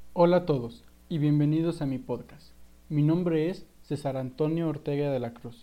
Hola a todos y bienvenidos a mi podcast. Mi nombre es César Antonio Ortega de la Cruz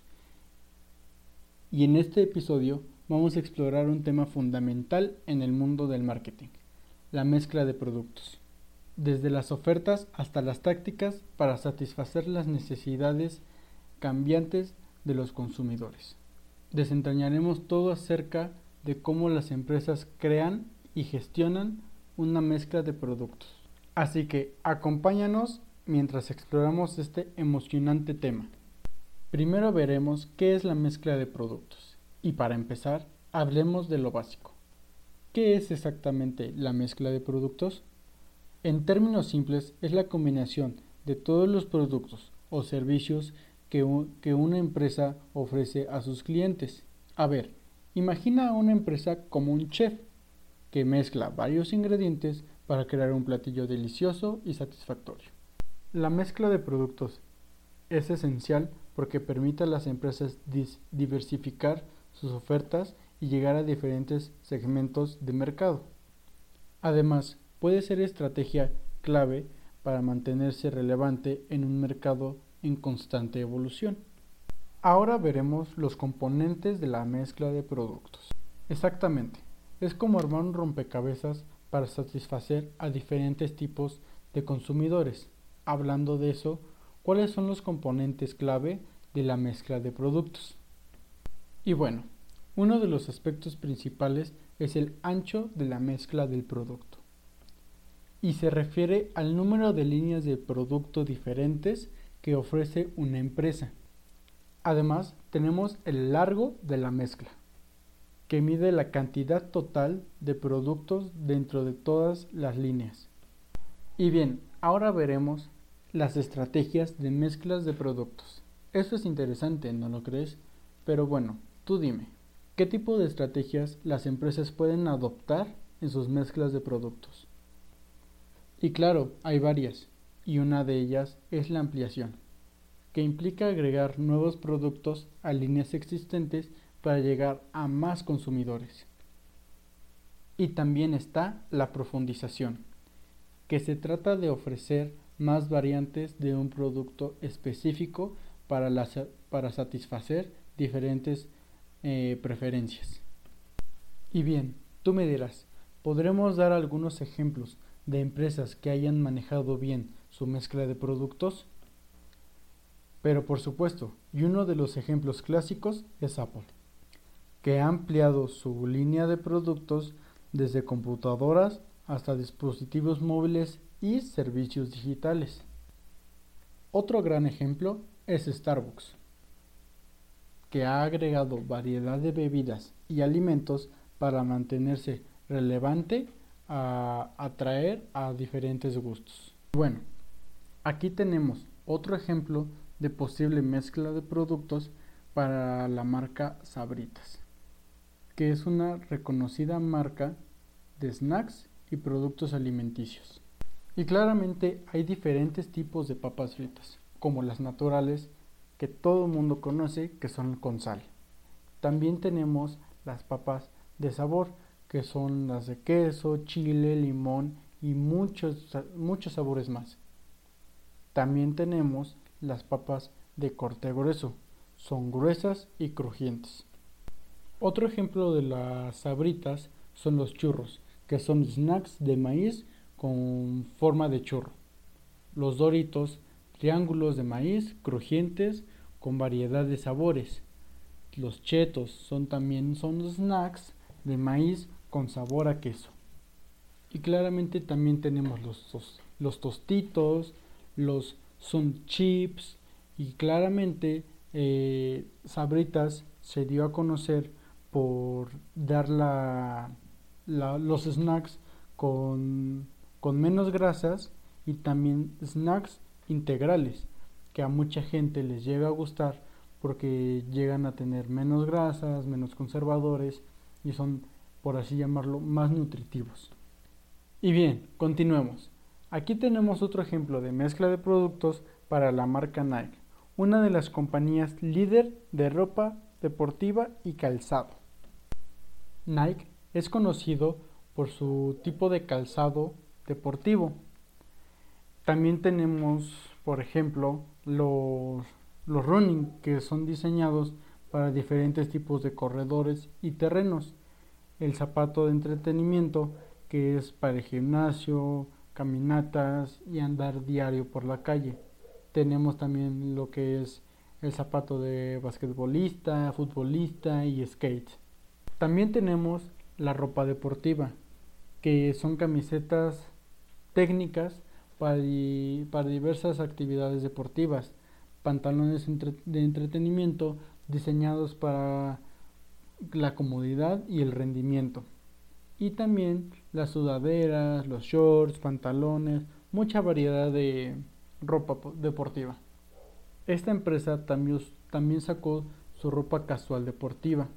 y en este episodio vamos a explorar un tema fundamental en el mundo del marketing, la mezcla de productos. Desde las ofertas hasta las tácticas para satisfacer las necesidades cambiantes de los consumidores. Desentrañaremos todo acerca de cómo las empresas crean y gestionan una mezcla de productos. Así que acompáñanos mientras exploramos este emocionante tema. Primero veremos qué es la mezcla de productos y para empezar hablemos de lo básico. ¿Qué es exactamente la mezcla de productos? En términos simples es la combinación de todos los productos o servicios que una empresa ofrece a sus clientes. A ver, imagina a una empresa como un chef que mezcla varios ingredientes para crear un platillo delicioso y satisfactorio. La mezcla de productos es esencial porque permite a las empresas diversificar sus ofertas y llegar a diferentes segmentos de mercado. Además, puede ser estrategia clave para mantenerse relevante en un mercado en constante evolución. Ahora veremos los componentes de la mezcla de productos. Exactamente, es como armar un rompecabezas para satisfacer a diferentes tipos de consumidores. Hablando de eso, ¿cuáles son los componentes clave de la mezcla de productos? Y bueno, uno de los aspectos principales es el ancho de la mezcla del producto. Y se refiere al número de líneas de producto diferentes que ofrece una empresa. Además, tenemos el largo de la mezcla, que mide la cantidad total de productos dentro de todas las líneas. Y bien, ahora veremos las estrategias de mezclas de productos. Esto es interesante, ¿no lo crees? Pero bueno, tú dime, ¿qué tipo de estrategias las empresas pueden adoptar en sus mezclas de productos? Y claro, hay varias, y una de ellas es la ampliación, que implica agregar nuevos productos a líneas existentes para llegar a más consumidores. Y también está la profundización, que se trata de ofrecer más variantes de un producto específico para satisfacer diferentes preferencias. Y bien, tú me dirás, ¿podremos dar algunos ejemplos de empresas que hayan manejado bien su mezcla de productos? Pero por supuesto, y uno de los ejemplos clásicos es Apple, que ha ampliado su línea de productos desde computadoras hasta dispositivos móviles y servicios digitales. Otro gran ejemplo es Starbucks, que ha agregado variedad de bebidas y alimentos para mantenerse relevante a atraer a diferentes gustos. Bueno, aquí tenemos otro ejemplo de posible mezcla de productos para la marca Sabritas, que es una reconocida marca de snacks y productos alimenticios. Y claramente hay diferentes tipos de papas fritas, como las naturales, que todo el mundo conoce, que son con sal. También tenemos las papas de sabor, que son las de queso, chile, limón y muchos sabores más. También tenemos las papas de corte grueso, son gruesas y crujientes. Otro ejemplo de las sabritas son los churros, que son snacks de maíz con forma de churro. Los Doritos, triángulos de maíz crujientes con variedad de sabores. Los Cheetos son snacks de maíz con sabor a queso. Y claramente también tenemos los tostitos, los Sun Chips y claramente Sabritas se dio a conocer por dar los snacks con menos grasas y también snacks integrales que a mucha gente les llega a gustar porque llegan a tener menos grasas, menos conservadores y son, por así llamarlo, más nutritivos. Y bien, continuemos. Aquí tenemos otro ejemplo de mezcla de productos para la marca Nike, una de las compañías líder de ropa deportiva y calzado. Nike es conocido por su tipo de calzado deportivo, También tenemos, por ejemplo, los running, que son diseñados para diferentes tipos de corredores y terrenos. El zapato de entretenimiento, que es para el gimnasio, caminatas y andar diario por la calle. Tenemos también lo que es el zapato de basquetbolista, futbolista y skate. También tenemos la ropa deportiva, que son camisetas técnicas para diversas actividades deportivas, pantalones de entretenimiento diseñados para la comodidad y el rendimiento. Y también las sudaderas, los shorts, pantalones, mucha variedad de ropa deportiva. Esta empresa también sacó su ropa casual deportiva,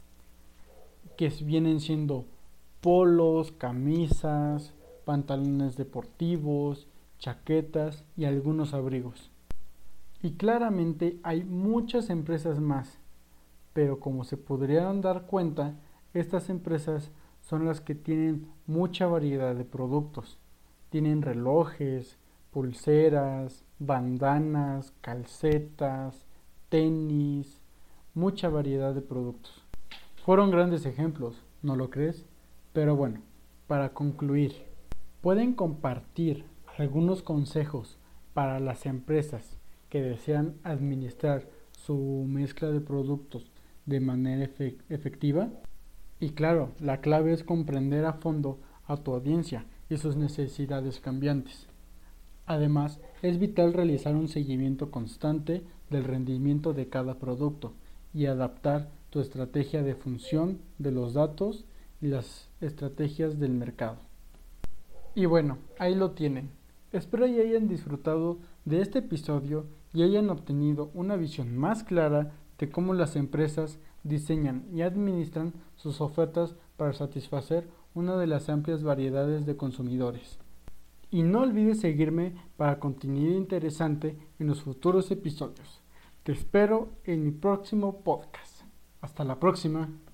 que vienen siendo polos, camisas, pantalones deportivos, chaquetas y algunos abrigos. Y claramente hay muchas empresas más, pero como se podrían dar cuenta, estas empresas son las que tienen mucha variedad de productos. Tienen relojes, pulseras, bandanas, calcetas, tenis, mucha variedad de productos. Fueron grandes ejemplos, ¿no lo crees? Pero bueno, para concluir, ¿pueden compartir algunos consejos para las empresas que desean administrar su mezcla de productos de manera efectiva? Y claro, la clave es comprender a fondo a tu audiencia y sus necesidades cambiantes. Además, es vital realizar un seguimiento constante del rendimiento de cada producto y adaptar tu estrategia de función de los datos y las estrategias del mercado. Y bueno, ahí lo tienen. Espero que hayan disfrutado de este episodio y hayan obtenido una visión más clara de cómo las empresas diseñan y administran sus ofertas para satisfacer una de las amplias variedades de consumidores. Y no olvides seguirme para contenido interesante en los futuros episodios. Te espero en mi próximo podcast. Hasta la próxima.